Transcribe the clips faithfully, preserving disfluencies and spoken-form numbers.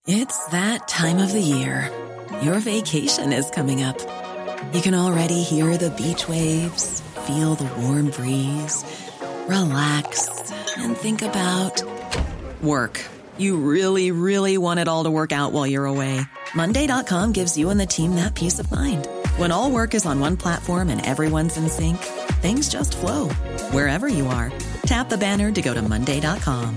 It's that time of the year. Your vacation is coming up. You can already hear the beach waves, feel the warm breeze, relax, and think about work. You really, really want it all to work out while you're away. Monday dot com gives you and the team that peace of mind. When all work is on one platform and everyone's in sync, things just flow. Wherever you are, tap the banner to go to Monday dot com.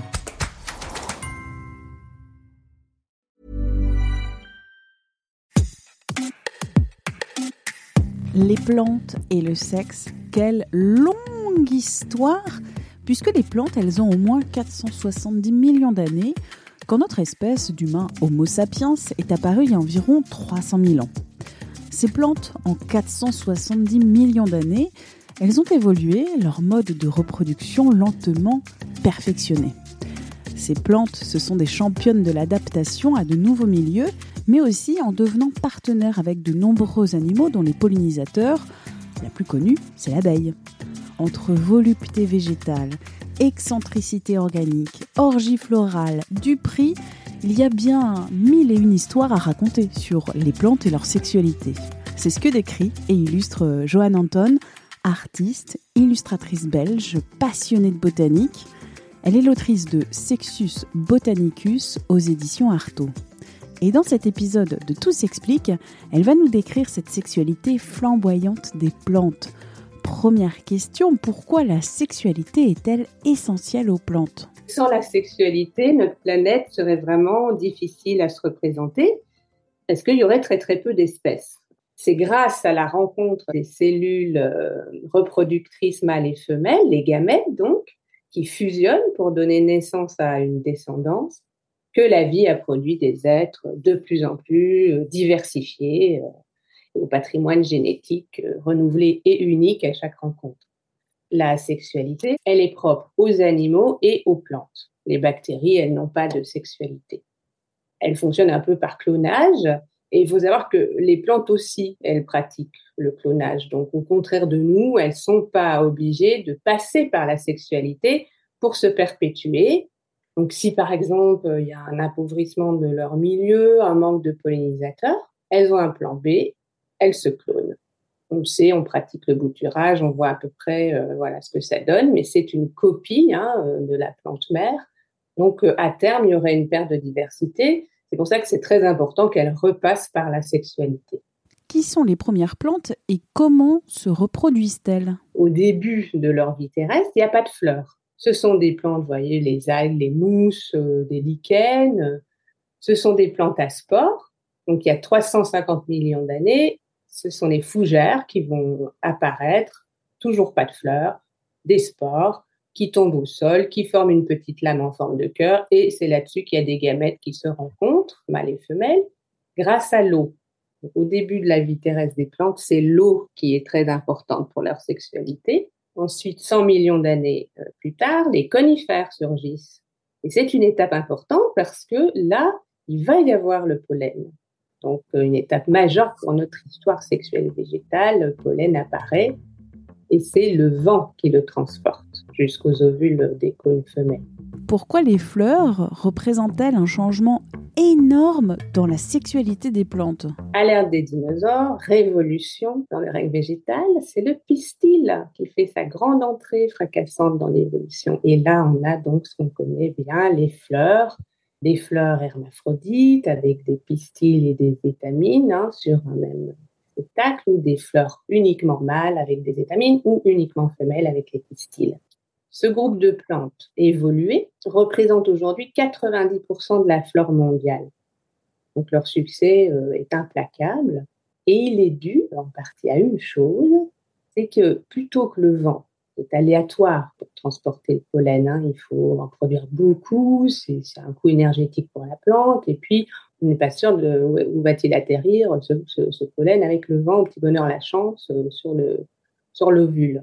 Les plantes et le sexe, quelle longue histoire! Puisque les plantes, elles ont au moins quatre cent soixante-dix millions d'années, quand notre espèce d'humain Homo sapiens est apparue il y a environ trois cent mille ans. Ces plantes, en quatre cent soixante-dix millions d'années, elles ont évolué, leur mode de reproduction lentement perfectionné. Ces plantes, ce sont des championnes de l'adaptation à de nouveaux milieux, mais aussi en devenant partenaires avec de nombreux animaux dont les pollinisateurs, la plus connue, c'est l'abeille. Entre volupté végétale, excentricité organique, orgie florale, duperie, il y a bien mille et une histoires à raconter sur les plantes et leur sexualité. C'est ce que décrit et illustre Johanne Anton, artiste, illustratrice belge, passionnée de botanique. Elle est l'autrice de Sexus Botanicus aux éditions Artaud. Et dans cet épisode de Tout s'explique, elle va nous décrire cette sexualité flamboyante des plantes. Première question, pourquoi la sexualité est-elle essentielle aux plantes ? Sans la sexualité, notre planète serait vraiment difficile à se représenter parce qu'il y aurait très très peu d'espèces. C'est grâce à la rencontre des cellules reproductrices mâles et femelles, les gamètes donc, qui fusionnent pour donner naissance à une descendance, que la vie a produit des êtres de plus en plus diversifiés, au patrimoine génétique renouvelé et unique à chaque rencontre. La sexualité, elle est propre aux animaux et aux plantes. Les bactéries, elles n'ont pas de sexualité. Elles fonctionnent un peu par clonage, et il faut savoir que les plantes aussi, elles pratiquent le clonage. Donc, au contraire de nous, elles ne sont pas obligées de passer par la sexualité pour se perpétuer. Donc, si par exemple, il y a un appauvrissement de leur milieu, un manque de pollinisateurs, elles ont un plan B, elles se clonent. On sait, on pratique le bouturage, on voit à peu près euh, voilà, ce que ça donne, mais c'est une copie hein, de la plante mère. Donc, euh, à terme, il y aurait une perte de diversité. C'est pour ça que c'est très important qu'elles repassent par la sexualité. Qui sont les premières plantes et comment se reproduisent-elles ? Au début de leur vie terrestre, il n'y a pas de fleurs. Ce sont des plantes, vous voyez, les algues, les mousses, euh, des lichens. Euh, ce sont des plantes à spores. Donc, il y a trois cent cinquante millions d'années, ce sont les fougères qui vont apparaître, toujours pas de fleurs, des spores qui tombent au sol, qui forment une petite lame en forme de cœur. Et c'est là-dessus qu'il y a des gamètes qui se rencontrent, mâles et femelles, grâce à l'eau. Donc, au début de la vie terrestre des plantes, c'est l'eau qui est très importante pour leur sexualité. Ensuite, cent millions d'années plus tard, les conifères surgissent. Et c'est une étape importante parce que là, il va y avoir le pollen. Donc, une étape majeure pour notre histoire sexuelle et végétale. Le pollen apparaît et c'est le vent qui le transporte jusqu'aux ovules des cônes femelles. Pourquoi les fleurs représentent-elles un changement énorme dans la sexualité des plantes ? À l'ère des dinosaures, révolution dans le règne végétal, c'est le pistil qui fait sa grande entrée fracassante dans l'évolution. Et là, on a donc ce qu'on connaît bien, les fleurs, des fleurs hermaphrodites avec des pistils et des étamines hein, sur un même spectacle, ou des fleurs uniquement mâles avec des étamines ou uniquement femelles avec les pistils. Ce groupe de plantes évoluées représente aujourd'hui quatre-vingt-dix pour cent de la flore mondiale. Donc leur succès euh, est implacable et il est dû en partie à une chose, c'est que plutôt que le vent est aléatoire pour transporter le pollen, hein, il faut en produire beaucoup, c'est, c'est un coût énergétique pour la plante et puis on n'est pas sûr de où, où va-t-il atterrir ce, ce, ce pollen avec le vent, au petit bonheur la chance euh, sur, le, sur l'ovule.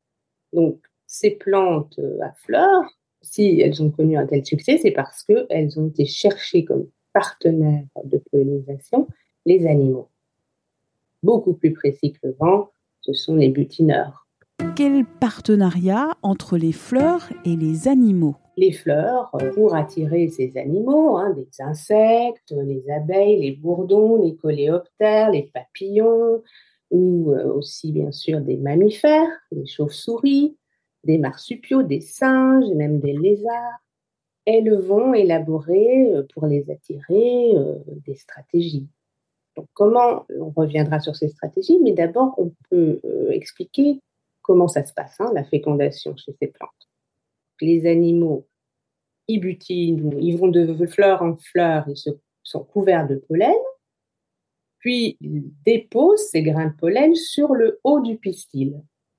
Donc ces plantes à fleurs, si elles ont connu un tel succès, c'est parce qu'elles ont été cherchées comme partenaires de pollinisation les animaux. Beaucoup plus précis que le vent, ce sont les butineurs. Quel partenariat entre les fleurs et les animaux? Les fleurs, pour attirer ces animaux, hein, des insectes, les abeilles, les bourdons, les coléoptères, les papillons, ou euh, aussi bien sûr des mammifères, des chauves-souris, des marsupiaux, des singes et même des lézards. Elles vont élaborer euh, pour les attirer euh, des stratégies. Donc comment, on reviendra sur ces stratégies, mais d'abord on peut euh, expliquer comment ça se passe, hein, la fécondation chez ces plantes. Les animaux, ils butinent, ils vont de fleur en fleur, ils se, sont couverts de pollen, puis ils déposent ces grains de pollen sur le haut du pistil.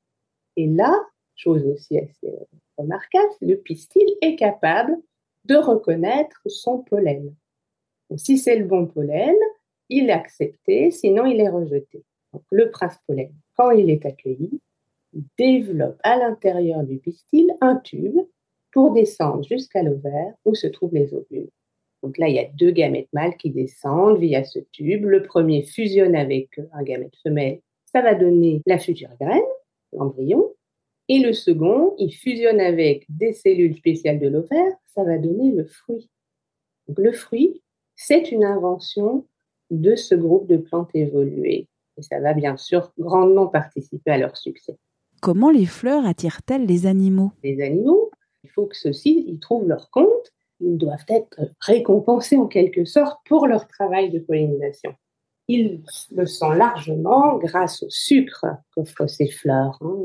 Et là, chose aussi assez remarquable, le pistil est capable de reconnaître son pollen. Donc, si c'est le bon pollen, il est accepté, sinon il est rejeté. Donc, le prince pollen, quand il est accueilli, il développe à l'intérieur du pistil un tube pour descendre jusqu'à l'ovaire où se trouvent les ovules. Donc là, il y a deux gamètes mâles qui descendent via ce tube. Le premier fusionne avec un gamète femelle, ça va donner la future graine, l'embryon. Et le second, il fusionne avec des cellules spéciales de l'ovaire, ça va donner le fruit. Donc le fruit, c'est une invention de ce groupe de plantes évoluées. Et ça va bien sûr grandement participer à leur succès. Comment les fleurs attirent-elles les animaux? Les animaux, il faut que ceux-ci ils trouvent leur compte. Ils doivent être récompensés en quelque sorte pour leur travail de pollinisation. Ils le sont largement grâce au sucre qu'offrent ces fleurs. Hein.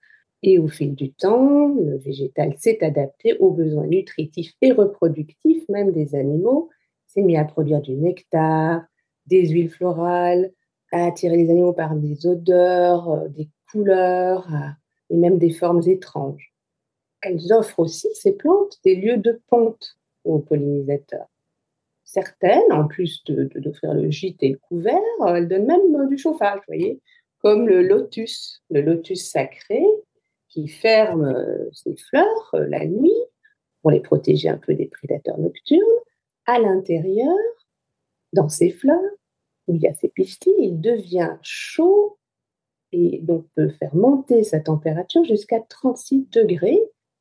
Et au fil du temps, le végétal s'est adapté aux besoins nutritifs et reproductifs même des animaux, s'est mis à produire du nectar, des huiles florales, à attirer les animaux par des odeurs, des couleurs et même des formes étranges. Elles offrent aussi, ces plantes, des lieux de ponte aux pollinisateurs. Certaines, en plus de, de, d'offrir le gîte et le couvert, elles donnent même du chauffage, vous voyez, comme le lotus, le lotus sacré, qui ferme ses fleurs euh, la nuit pour les protéger un peu des prédateurs nocturnes. À l'intérieur, dans ses fleurs, où il y a ses pistils, il devient chaud et donc peut faire monter sa température jusqu'à trente-six degrés.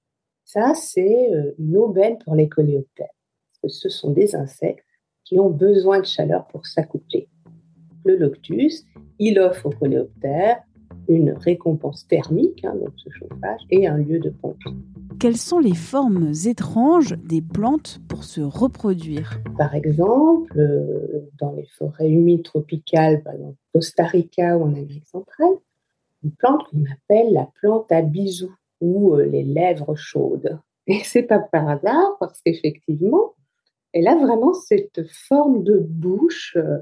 Ça, c'est une aubaine pour les coléoptères, parce que ce sont des insectes qui ont besoin de chaleur pour s'accoupler. Le lotus, il offre aux coléoptères une récompense thermique, hein, donc ce chauffage, et un lieu de ponte. Quelles sont les formes étranges des plantes pour se reproduire? Par exemple, euh, dans les forêts humides tropicales, par exemple au Costa Rica ou en Amérique centrale, une plante qu'on appelle la plante à bisous ou euh, les lèvres chaudes. Et c'est pas par hasard parce qu'effectivement, elle a vraiment cette forme de bouche euh,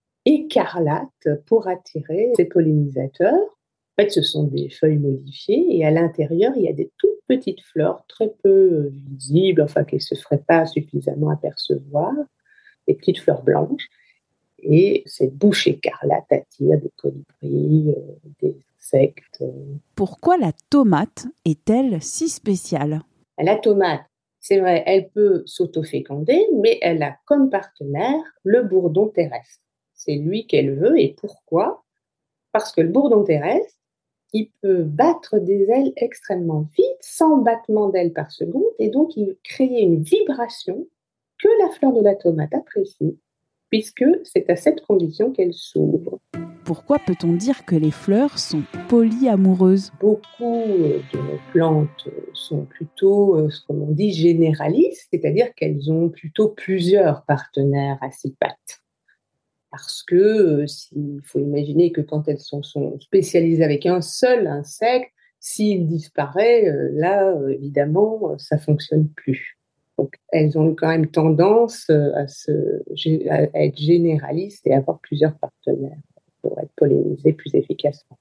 écarlate pour attirer ses pollinisateurs. En fait, ce sont des feuilles modifiées et à l'intérieur, il y a des toutes petites fleurs très peu visibles, enfin qui ne se feraient pas suffisamment apercevoir, des petites fleurs blanches. Et cette bouche écarlate attire des colibris, euh, des insectes. Pourquoi la tomate est-elle si spéciale? La tomate, c'est vrai, elle peut s'autoféconder, mais elle a comme partenaire le bourdon terrestre. C'est lui qu'elle veut et pourquoi? Parce que le bourdon terrestre, il peut battre des ailes extrêmement vite, cent battements d'ailes par seconde, et donc il crée une vibration que la fleur de la tomate apprécie, puisque c'est à cette condition qu'elle s'ouvre. Pourquoi peut-on dire que les fleurs sont polyamoureuses? Beaucoup de nos plantes sont plutôt, comme on dit, généralistes, c'est-à-dire qu'elles ont plutôt plusieurs partenaires à six pattes. Parce que euh, il faut imaginer que quand elles sont, sont spécialisées avec un seul insecte, s'il disparaît, euh, là, euh, évidemment, ça ne fonctionne plus. Donc, elles ont quand même tendance à, se, à être généralistes et à avoir plusieurs partenaires pour être pollinisées plus efficacement.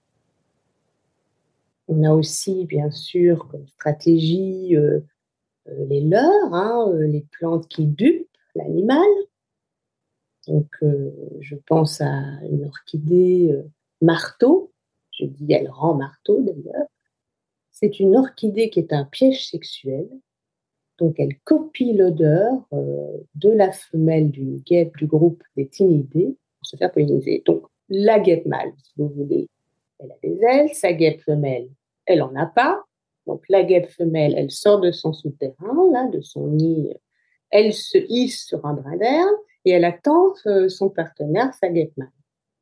On a aussi, bien sûr, comme stratégie, euh, les leurres, hein, les plantes qui dupent l'animal. Donc, euh, je pense à une orchidée euh, marteau. Je dis elle rend marteau d'ailleurs. C'est une orchidée qui est un piège sexuel. Donc, elle copie l'odeur euh, de la femelle d'une guêpe du groupe des Thinidés pour se faire polliniser. Donc, la guêpe mâle, si vous voulez, elle a des ailes. Sa guêpe femelle, elle en a pas. Donc la guêpe femelle, elle sort de son souterrain, là, de son nid, elle se hisse sur un brin d'herbe et elle attend euh, son partenaire, sa guêpe mâle,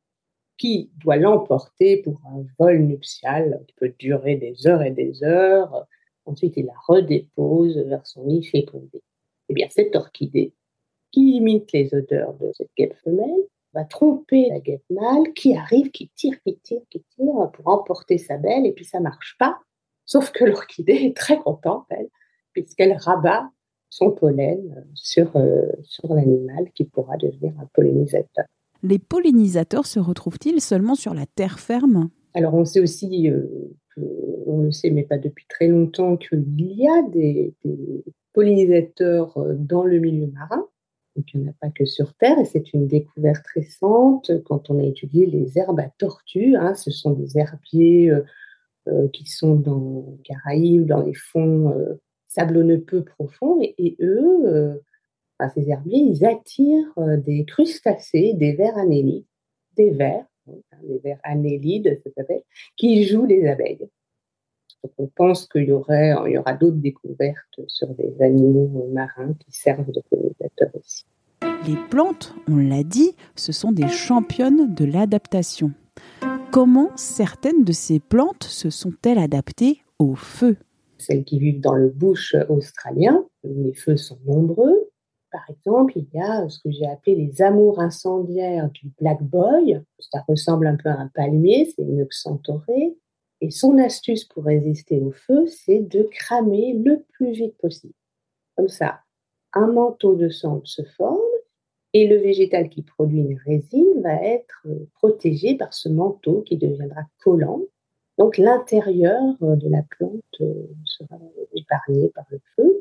qui doit l'emporter pour un vol nuptial qui peut durer des heures et des heures. Ensuite, il la redépose vers son nid fécondé. Eh bien, cette orchidée, qui imite les odeurs de cette guêpe femelle, va tromper la guêpe mâle qui arrive, qui tire, qui tire, qui tire pour emporter sa belle, et puis ça marche pas. Sauf que l'orchidée est très contente, elle, puisqu'elle rabat son pollen sur, euh, sur l'animal qui pourra devenir un pollinisateur. Les pollinisateurs se retrouvent-ils seulement sur la terre ferme ? Alors, on sait aussi, euh, que, on le sait, mais pas depuis très longtemps, qu'il y a des, des pollinisateurs dans le milieu marin. Donc, il n'y en a pas que sur Terre, et c'est une découverte récente quand on a étudié les herbes à tortues. Hein, ce sont des herbiers euh, euh, qui sont dans les Caraïbes, dans les fonds euh, sablonneux peu profonds, et, et eux, euh, enfin, ces herbiers, ils attirent euh, des crustacés, des vers annélides, des vers, donc, hein, des vers annélides, ça s'appelle, qui jouent les abeilles. Donc, on pense qu'il y aurait, il y aura d'autres découvertes sur des animaux marins qui servent de pollinisateurs aussi. Les plantes, on l'a dit, ce sont des championnes de l'adaptation. Comment certaines de ces plantes se sont-elles adaptées au feu ? Celles qui vivent dans le bush australien, où les feux sont nombreux. Par exemple, il y a ce que j'ai appelé les amours incendiaires du black boy. Ça ressemble un peu à un palmier, c'est une xanthorrhée. Et son astuce pour résister au feu, c'est de cramer le plus vite possible. Comme ça, un manteau de cendre se forme et le végétal qui produit une résine va être protégé par ce manteau qui deviendra collant. Donc, l'intérieur de la plante sera épargné par le feu.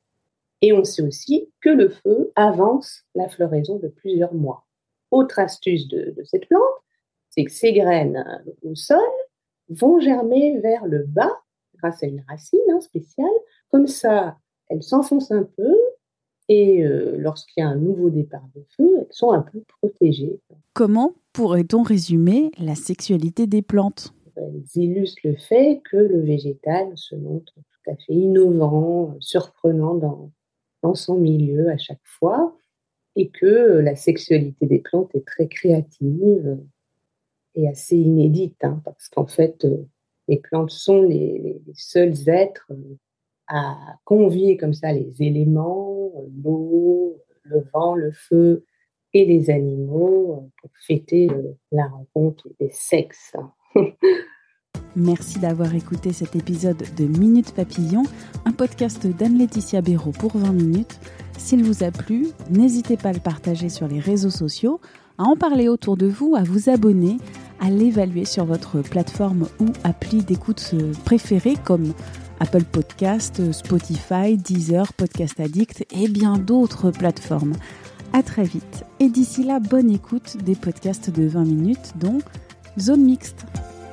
Et on sait aussi que le feu avance la floraison de plusieurs mois. Autre astuce de, de cette plante, c'est que ses graines au sol vont germer vers le bas grâce à une racine hein, spéciale. Comme ça, elles s'enfoncent un peu et euh, lorsqu'il y a un nouveau départ de feu, elles sont un peu protégées. Comment pourrait-on résumer la sexualité des plantes ? Elles illustrent le fait que le végétal se montre tout à fait innovant, surprenant dans, dans son milieu à chaque fois et que la sexualité des plantes est très créative et assez inédite, hein, parce qu'en fait, euh, les plantes sont les, les, les seuls êtres euh, à convier comme ça les éléments, euh, l'eau, le vent, le feu et les animaux euh, pour fêter euh, la rencontre des sexes. Merci d'avoir écouté cet épisode de Minute Papillon, un podcast d'Anne-Laetitia Béraud pour vingt minutes. S'il vous a plu, n'hésitez pas à le partager sur les réseaux sociaux, à en parler autour de vous, à vous abonner, à l'évaluer sur votre plateforme ou appli d'écoute préférée comme Apple Podcast, Spotify, Deezer, Podcast Addict et bien d'autres plateformes. À très vite et d'ici là, bonne écoute des podcasts de vingt minutes dont Zone Mixte.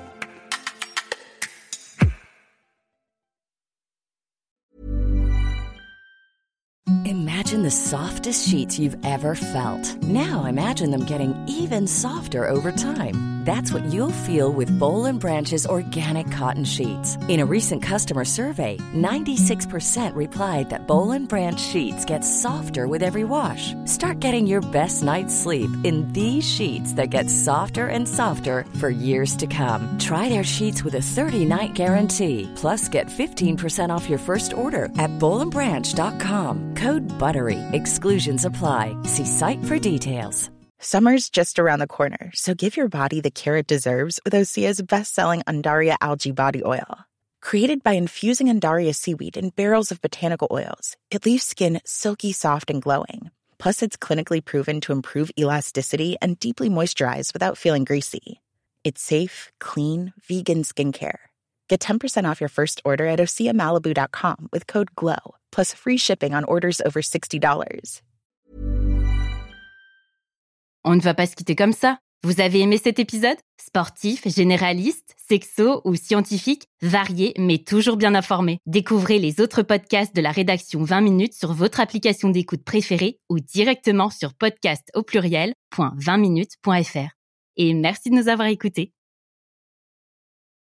Imagine the softest sheets you've ever felt. Now imagine them getting even softer over time. That's what you'll feel with Boll and Branch's organic cotton sheets. In a recent customer survey, ninety-six percent replied that Boll and Branch sheets get softer with every wash. Start getting your best night's sleep in these sheets that get softer and softer for years to come. Try their sheets with a thirty-night guarantee. Plus, get fifteen percent off your first order at boll and branch dot com. Code BUTTERY. Exclusions apply. See site for details. Summer's just around the corner, so give your body the care it deserves with Osea's best-selling Undaria Algae Body Oil. Created by infusing Undaria seaweed in barrels of botanical oils, it leaves skin silky, soft, and glowing. Plus, it's clinically proven to improve elasticity and deeply moisturize without feeling greasy. It's safe, clean, vegan skincare. Get ten percent off your first order at osea malibu dot com with code GLOW, plus free shipping on orders over sixty dollars. On ne va pas se quitter comme ça. Vous avez aimé cet épisode ? Sportif, généraliste, sexo ou scientifique, varié mais toujours bien informé. Découvrez les autres podcasts de la rédaction vingt minutes sur votre application d'écoute préférée ou directement sur podcast au pluriel point vingt minutes point f r. Et merci de nous avoir écoutés.